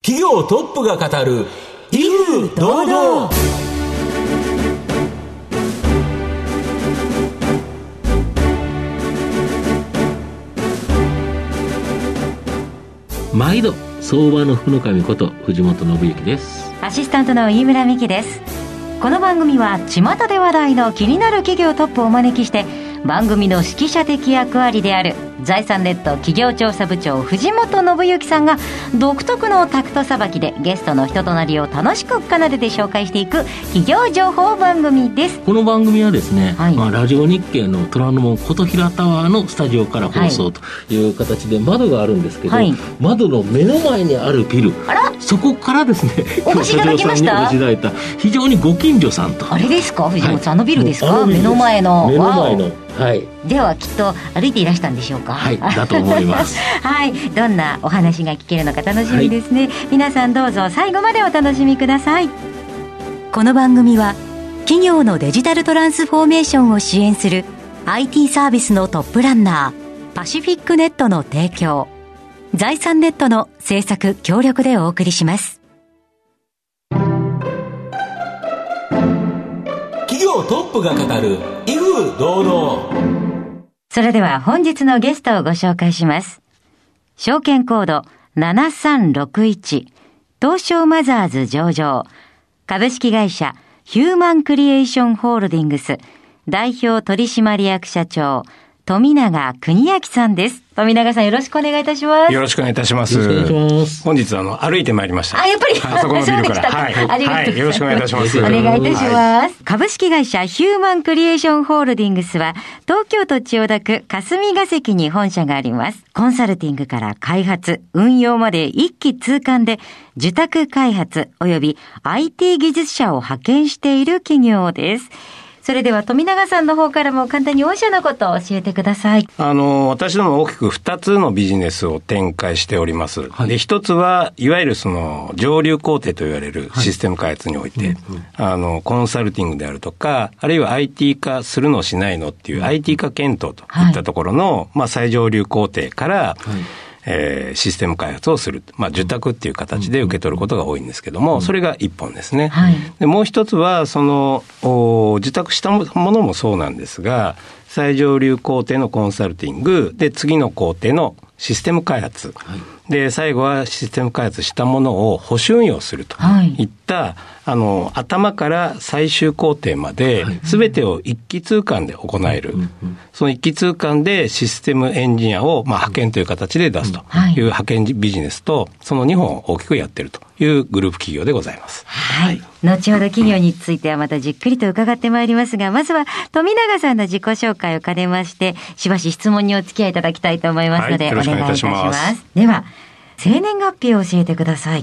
企業トップが語る威風堂々。 毎度相場の福の神こと藤本信之です。 アシスタントの飯村美希です。この番組は巷で話題の気になる企業トップをお招きして、番組の指揮者的役割である財産ネット企業調査部長藤本信之さんが独特のタクトさばきでゲストの人となりを楽しく奏でて紹介していく企業情報番組です。 この番組はですね、 はい、 ラジオ日経の虎ノ門琴平タワーのスタジオから放送という形で窓があるんですけど、はい、窓の目の前にあるビル、そこからですね、 お越しいただきました。 お越しいただいた非常にご近所さんと。 あれですか、藤本さん、あのビルですか？目の前のはい、ではきっと歩いていらしたんでしょうか？ はい、だと思いますはい、どんなお話が聞けるのか楽しみですね、はい、皆さんどうぞ最後までお楽しみください。この番組は企業のデジタルトランスフォーメーションを支援する IT サービスのトップランナーパシフィックネットの提供、財産ネットの制作協力でお送りします。 企業トップが語る威風堂々。 それでは本日のゲストをご紹介します。証券コード7361東証マザーズ上場株式会社ヒューマンクリエーションホールディングス代表取締役社長富永邦明さんです。富永さん、よろしくお願いいたします。 よろしくお願いいたします。本日歩いてまいりました。 やっぱりあそこのビルから、はい、 ありがとうございます。 よろしくお願いいたします。 お願いいたします、はい、株式会社ヒューマンクリエーションホールディングスは東京都千代田区霞が関に本社があります。コンサルティングから開発運用まで一気通貫で受託開発および IT 技術者を派遣している企業です。それでは富永さんの方からも簡単に御社のことを教えてください。 私ども大きく2つのビジネスを展開しております、はい、で1つはいわゆるその上流工程といわれるシステム開発において、はい、コンサルティングであるとかあるいは IT 化するのしないのっていう IT 化検討といったところの、はい、最上流工程から、はいシステム開発をする、受託っていう形で受け取ることが多いんですけども、それが一本ですね、はい、でもう一つはその受託したものもそうなんですが最上流工程のコンサルティングで次の工程のシステム開発、はい、で最後はシステム開発したものを保守運用するといった、はい、頭から最終工程まで全てを一気通貫で行える、その一気通貫でシステムエンジニアを派遣という形で出すという派遣ビジネスとその2本を大きくやっているというグループ企業でございます。 はい、後ほど企業についてはまたじっくりと伺ってまいりますが、まずは富永さんの自己紹介を兼ねましてしばし質問にお付き合いいただきたいと思いますので、はい、お願いいたします。では生年月日を教えてください。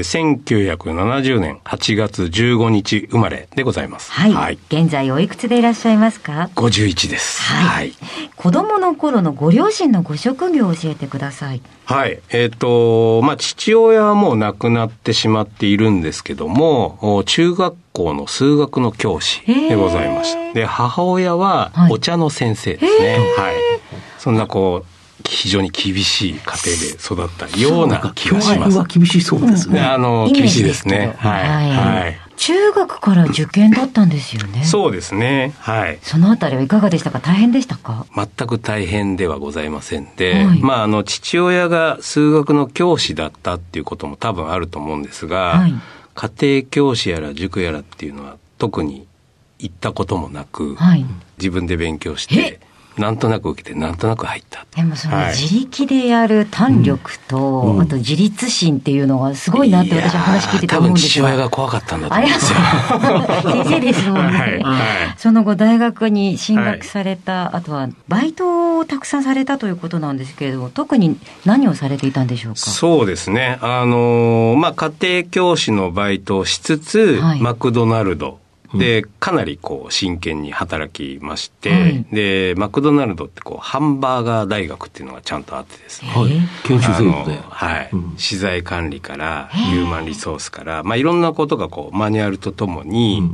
1970年8月15日生まれでございます。 はい、はい、現在おいくつでいらっしゃいますか ？51です。 はい、はい、子供の頃のご両親のご職業を教えてください。 はい、父親はもう亡くなってしまっているんですけども、中学校の数学の教師でございました。で、母親はお茶の先生ですね。はい、そんな非常に厳しい家庭で育ったような気がします。 教育は厳しそうですね。 厳しいですね。はい。はい。 中学から受験だったんですよね。 そうですね。はい。 そのあたりはいかがでしたか？大変でしたか？ 全く大変ではございませんで、はい、父親が数学の教師だったっていうことも多分あると思うんですが、はい、家庭教師やら塾やらっていうのは特に行ったこともなく、はい、自分で勉強してなんとなく受けてなんとなく入った。 でもその自力でやる胆力と、あと自立心っていうのがすごいなって私は話聞いてて思うんですよ。多分父親が怖かったんだと思うんですよ。 先生ですもんね。はいはい、その後大学に進学された、はい、あとはバイトをたくさんされたということなんですけれども、特に何をされていたんでしょうか？ そうですね。家庭教師のバイトをしつつ、はい、マクドナルドでかなり真剣に働きまして、はい、でマクドナルドってハンバーガー大学っていうのがちゃんとあってですね、 はい、研修制度で、 はい、資材管理からヒューマンリソースから、いろんなことがマニュアルとともに、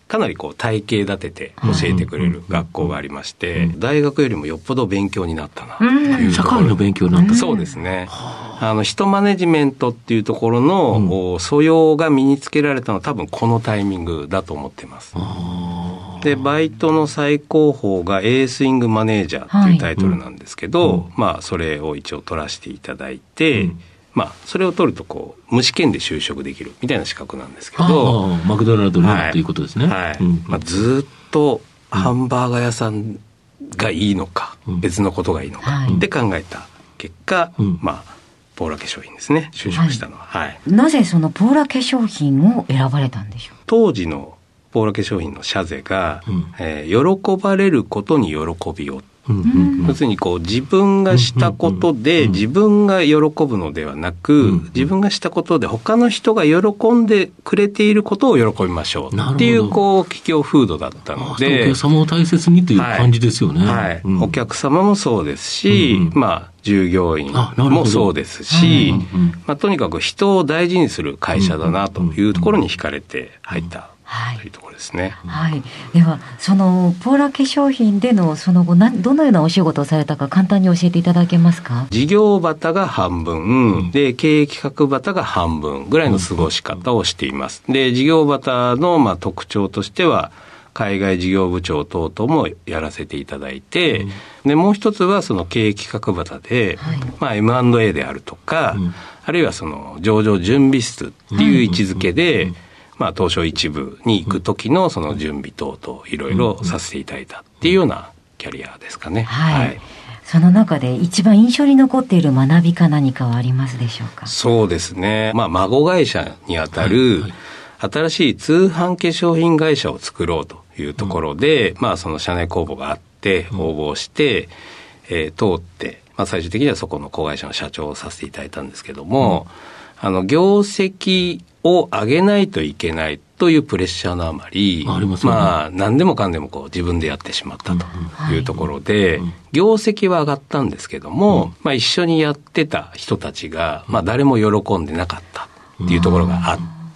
かなりこう体系立てて教えてくれる学校がありまして、大学よりもよっぽど勉強になったなという社会の勉強になった。 そうですね。人マネジメントっていうところの素養が身につけられたのは多分このタイミングだと思っています。でバイトの最高峰がエースイングマネージャーっていうタイトルなんですけど、それを一応取らせていただいて、それを取るとこう無試験で就職できるみたいな資格なんですけど、 マクドナルドになるということですね。 ずっとハンバーガー屋さんがいいのか、別のことがいいのかって考えた結果、ポーラ化粧品ですね、就職したのは。 なぜそのポーラ化粧品を選ばれたんでしょう。 当時のポーラ化粧品の社是が、喜ばれることに喜びを、要するにこう自分がしたことで自分が喜ぶのではなく、自分がしたことで他の人が喜んでくれていることを喜びましょうっていうこう企業風土だったので、 お客様を大切にという感じですよね。 お客様もそうですし、従業員もそうですし、とにかく人を大事にする会社だなというところに惹かれて入ったというところですね。 ではそのポーラ化粧品でのその後どのようなお仕事をされたか簡単に教えていただけますか。 事業旗が半分で経営企画旗が半分ぐらいの過ごし方をしています。で事業旗の特徴としては海外事業部長等々もやらせていただいて、でもう一つはその経営企画旗で、M&A であるとか、あるいはその上場準備室っていう位置づけで、東証一部に行く時のその準備等々いろいろさせていただいたっていうようなキャリアですかね。 その中で一番印象に残っている学びか何かはありますでしょうか。 そうですね、孫会社にあたる新しい通販化粧品会社を作ろうというところで、その社内公募があって応募して、通って、最終的にはそこの子会社の社長をさせていただいたんですけども、業績を上げないといけないというプレッシャーのあまり、何でもかんでもこう自分でやってしまったというところで、業績は上がったんですけども、一緒にやってた人たちが、誰も喜んでなかったっていうところがあって、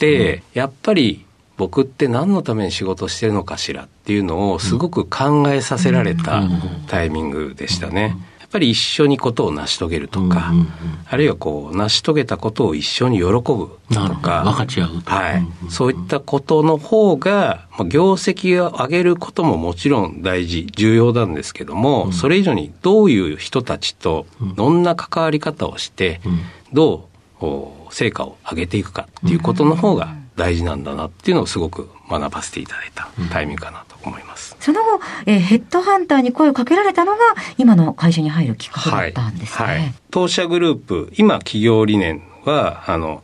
やっぱり僕って何のために仕事してるのかしらっていうのをすごく考えさせられたタイミングでしたね。やっぱり一緒にことを成し遂げるとか、あるいはこう成し遂げたことを一緒に喜ぶとか、 分かち合う、 そういったことの方が、業績を上げることももちろん大事重要なんですけども、それ以上にどういう人たちとどんな関わり方をして、どう成果を上げていくかっていうことの方が大事なんだなっていうのをすごく学ばせていただいたタイミングかなと思います。 その後、ヘッドハンターに声をかけられたのが今の会社に入るきっかけだったんですね。 当社グループ、今企業理念は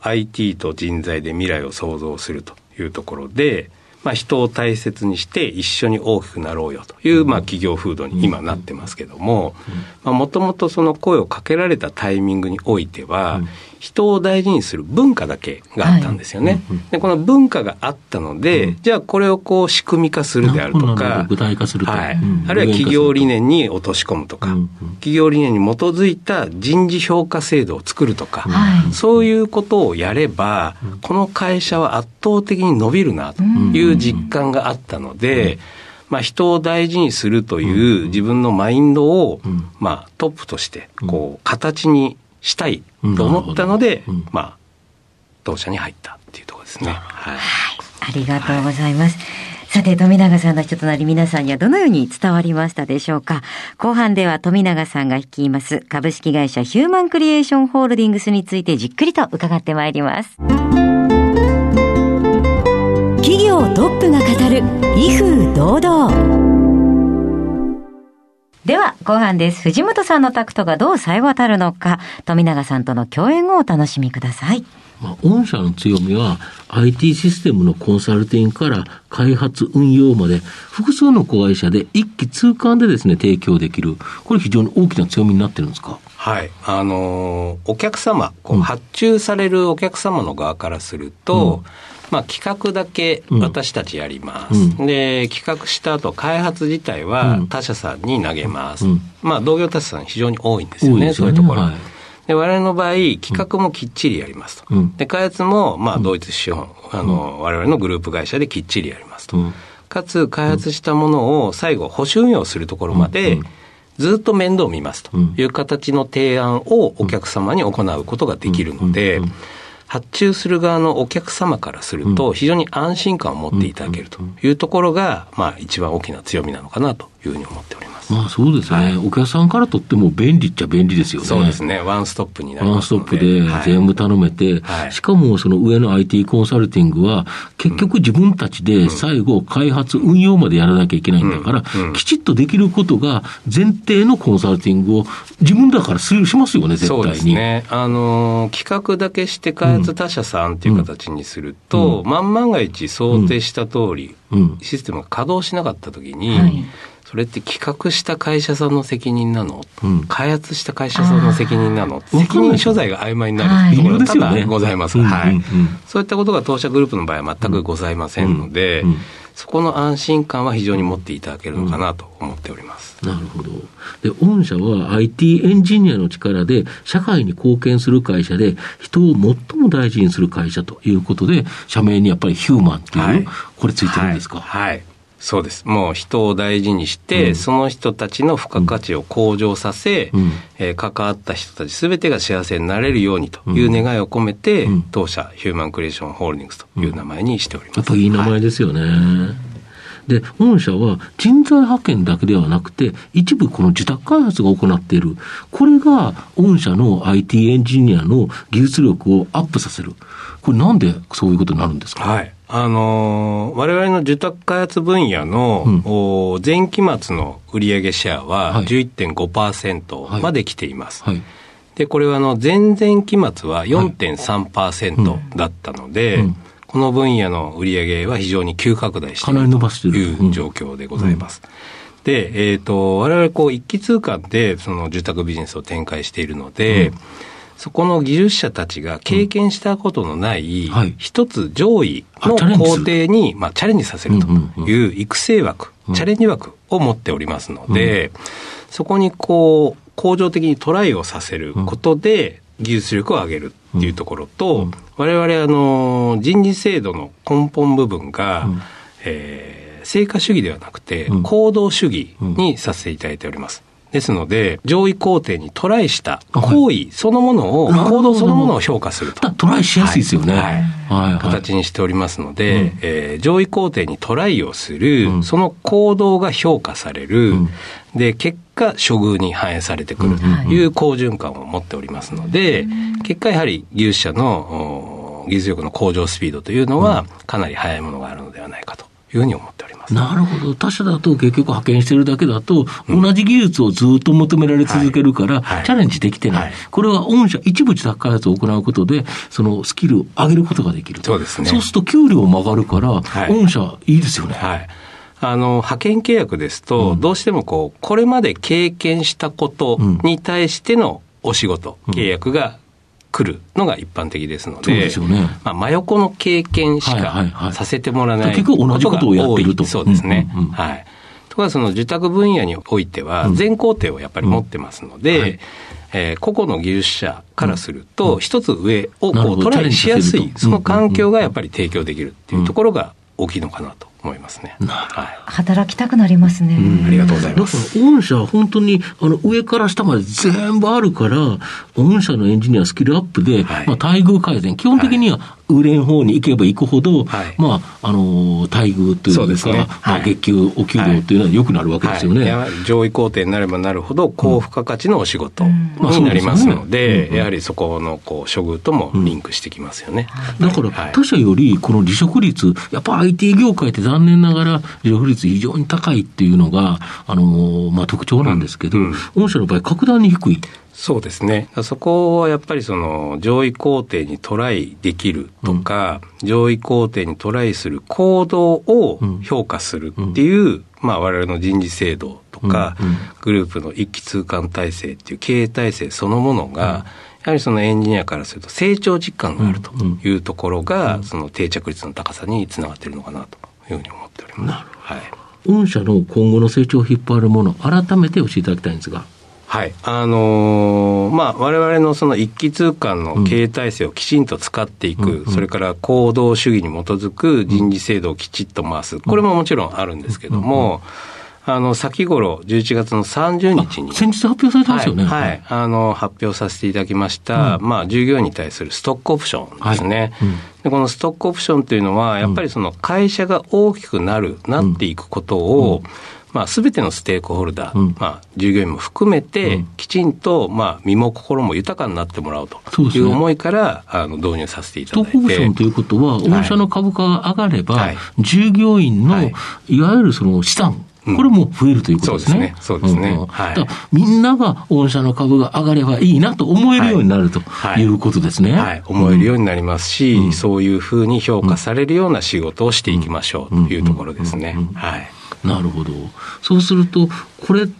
IT と人材で未来を創造するというところで、人を大切にして一緒に大きくなろうよという、企業風土に今なってますけども、もともとその声をかけられたタイミングにおいては、人を大事にする文化だけがあったんですよね。でこの文化があったので、じゃあこれをこう仕組み化するであるとか、 具体化すると、 あるいは企業理念に落とし込むとか、企業理念に基づいた人事評価制度を作るとか、そういうことをやればこの会社は圧倒的に伸びるなという実感があったので、人を大事にするという自分のマインドを、トップとしてこう形にしたいと思ったので、当社に入ったっていうところですね。 ありがとうございます。さて、富永さんの人となり皆さんにはどのように伝わりましたでしょうか。後半では富永さんが率います株式会社ヒューマンクリエーションホールディングスについてじっくりと伺ってまいります。企業トップが語る威風堂々。では後半です。藤本さんのタクトがどう冴え渡るのか、富永さんとの共演をお楽しみください。 御社の強みは IT システムのコンサルティングから開発運用まで複数の子会社で一気通貫でですね提供できる、これ非常に大きな強みになってるんですか。 お客様発注されるお客様の側からすると、企画だけ私たちやります、で企画した後開発自体は他社さんに投げます、同業他社さん非常に多いんですよね、そういうところ、で我々の場合企画もきっちりやりますと、で開発も同一資本我々のグループ会社できっちりやりますと、 かつ開発したものを最後保守運用するところまでずっと面倒を見ますという形の提案をお客様に行うことができるので、発注する側のお客様からすると非常に安心感を持っていただけるというところが、一番大きな強みなのかなというふうに思っております。 そうですね、お客さんからとっても便利っちゃ便利ですよね。 そうですね。ワンストップになりますので。 ワンストップで全部頼めて、しかもその上の IT コンサルティングは結局自分たちで最後開発運用までやらなきゃいけないんだから、きちっとできることが前提のコンサルティングを自分だからしますよね、絶対に。そうですね。 企画だけして開発他社さんっていう形にすると、万が一想定した通り、システムが稼働しなかったときに、それって企画した会社さんの責任なの、開発した会社さんの責任なの、責任所在が曖昧になるところが多々ございます。そういったことが当社グループの場合は全くございませんので、そこの安心感は非常に持っていただけるのかなと思っております。 なるほど。で、御社は IT エンジニアの力で社会に貢献する会社で、人を最も大事にする会社ということで、社名にやっぱりヒューマンっていう、これついてるんですか？ はい。そうです。もう人を大事にして、その人たちの付加価値を向上させ、関わった人たちすべてが幸せになれるようにという願いを込めて、当社ヒューマンクリエーションホールディングスという名前にしております。 やっぱいい名前ですよね。で、御社は人材派遣だけではなくて、一部この受託開発が行っている。これが御社の IT エンジニアの技術力をアップさせる。これなんでそういうことになるんですか？ はい。我々の受託開発分野の、前期末の売上シェアは 11.5% まで来ています。で、これは前々期末は 4.3% だったので、この分野の売上は非常に急拡大しているという状況でございます。で、我々一気通貫でその受託ビジネスを展開しているので、そこの技術者たちが経験したことのない一つ上位の工程にチャレンジさせるという育成枠、チャレンジ枠を持っておりますので、そこに向上的にトライをさせることで技術力を上げるっていうところと、我々人事制度の根本部分が、成果主義ではなくて行動主義にさせていただいております。ですので、上位工程にトライした行為そのものを、行動そのものを評価すると。 トライしやすいですよね。 形にしておりますので、上位工程にトライをする、その行動が評価される、で、結果、処遇に反映されてくるという好循環を持っておりますので、結果やはり技術者の技術力の向上スピードというのは、かなり速いものがあるのではないかというふうに思っております。 なるほど。他社だと結局派遣してるだけだと、同じ技術をずっと求められ続けるから、チャレンジできてない。これは御社一部受託開発を行うことで、そのスキルを上げることができる。 そうですね。 そうすると給料も上がるから、御社いいですよね。 派遣契約ですと、どうしてもこれまで経験したことに対してのお仕事、契約が来るのが一般的ですので、真横の経験しかさせてもらわない結局同じことをやっていると。 そうですね。ところがその受託分野においては全工程をやっぱり持ってますので、個々の技術者からすると一つ上をトライしやすい、その環境がやっぱり提供できるっていうところが大きいのかなと思いますね。 働きたくなりますね。 ありがとうございます。 だから御社は本当に上から下まで全部あるから、御社のエンジニアスキルアップで、待遇改善、基本的には売れん方に行けば行くほど、待遇というか、月給、お給料というのは良くなるわけですよね。 上位工程になればなるほど、高付加価値のお仕事になりますので、やはりそこの処遇ともリンクしてきますよね。 だから、他社よりこの離職率、やっぱ IT 業界って残念ながら離職率非常に高いっていうのが、特徴なんですけど、御社の場合格段に低い。 そうですね。そこはやっぱりその上位工程にトライできるとか、上位工程にトライする行動を評価するっていう、我々の人事制度とか、グループの一気通貫体制っていう経営体制そのものが、やはりそのエンジニアからすると成長実感があるというところが、その定着率の高さにつながっているのかなというふうに思っております。 御社の今後の成長を引っ張るもの、改めて教えていただきたいんですが。 はい。我々のその一気通貫の経営体制をきちんと使っていく、それから行動主義に基づく人事制度をきちっと回す。これももちろんあるんですけども、先頃、11月の30日に。 先日発表されてますよね。 はい。発表させていただきました、従業員に対するストックオプションですね。でこのストックオプションというのは、やっぱりその会社が大きくなっていくことを、すべてのステークホルダー、従業員も含めて、きちんと、身も心も豊かになってもらおうという思いから、導入させていただいて。 ストックオプションということは、御社の株価が上がれば、従業員の、いわゆるその資産、これも増えるということですね。 そうですね。 だみんなが御社の株が上がればいいなと思えるようになるということですね。 はい。思えるようになりますし、そういうふうに評価されるような仕事をしていきましょうというところですね。はい。 なるほど。そうすると、これって、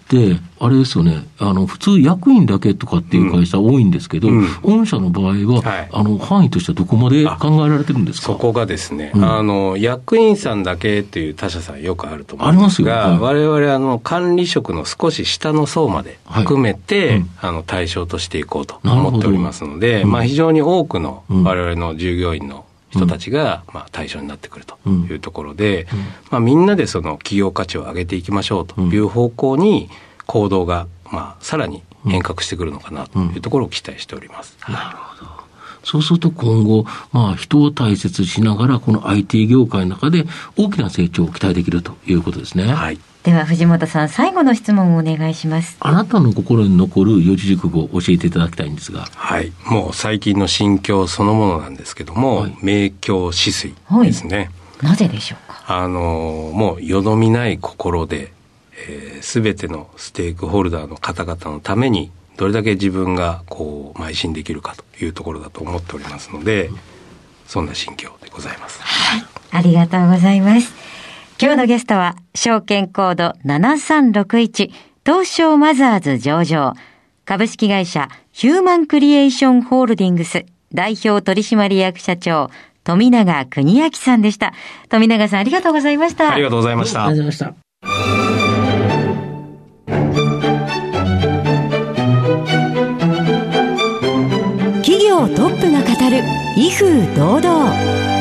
あれですよね、普通役員だけとかっていう会社多いんですけど、御社の場合は、範囲としてはどこまで考えられてるんですか？ そこがですね、役員さんだけっていう他社さんよくあると思うんですが、ありますよ。我々管理職の少し下の層まで含めて、対象としていこうと思っておりますので、非常に多くの我々の従業員の人たちが対象になってくるというところで、みんなでその企業価値を上げていきましょうという方向に行動がさらに変革してくるのかなというところを期待しております。 なるほど。そうすると今後、人を大切にしながらこの IT 業界の中で大きな成長を期待できるということですね。 はい。では藤本さん、最後の質問をお願いします。 あなたの心に残る四字熟語を教えていただきたいんですが。 はい。もう最近の心境そのものなんですけども、明鏡止水ですね。 なぜでしょうか？ もうよどみない心で、すべてのステークホルダーの方々のためにどれだけ自分が邁進できるかというところだと思っておりますので、そんな心境でございます。 はい。ありがとうございます。今日のゲストは、証券コード7361、東証マザーズ上場、株式会社ヒューマンクリエーションホールディングス、代表取締役社長、富永邦明さんでした。富永さん、ありがとうございました。 ありがとうございました。 ありがとうございました。 企業トップが語る威風堂々。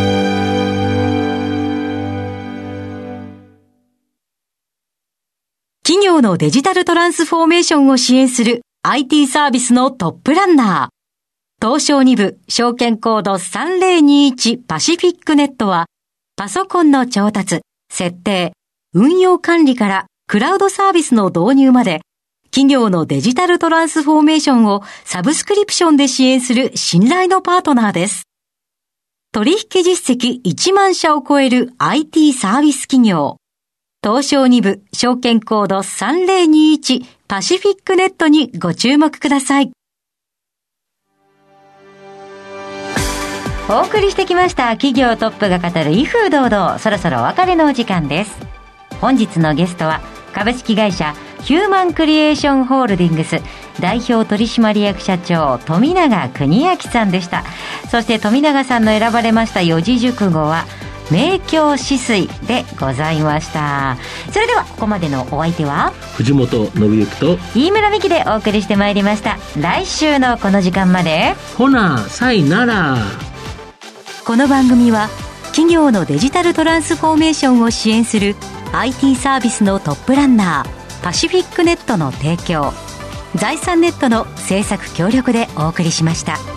企業のデジタルトランスフォーメーションを支援する IT サービスのトップランナー。東証2部証券コード3021パシフィックネットは、パソコンの調達、設定、運用管理からクラウドサービスの導入まで、企業のデジタルトランスフォーメーションをサブスクリプションで支援する信頼のパートナーです。取引実績1万社を超える IT サービス企業。東証2部証券コード3021パシフィックネットにご注目ください。 お送りしてきました企業トップが語る威風堂々、そろそろお別れのお時間です。本日のゲストは株式会社ヒューマンクリエーションホールディングス代表取締役社長富永邦明さんでした。そして富永さんの選ばれました四字熟語は明鏡止水でございました。それではここまでのお相手は藤本信之と飯村美希でお送りしてまいりました。来週のこの時間までほなさいなら。 この番組は企業のデジタルトランスフォーメーションを支援する IT サービスのトップランナーパシフィックネットの提供、財産ネットの制作協力でお送りしました。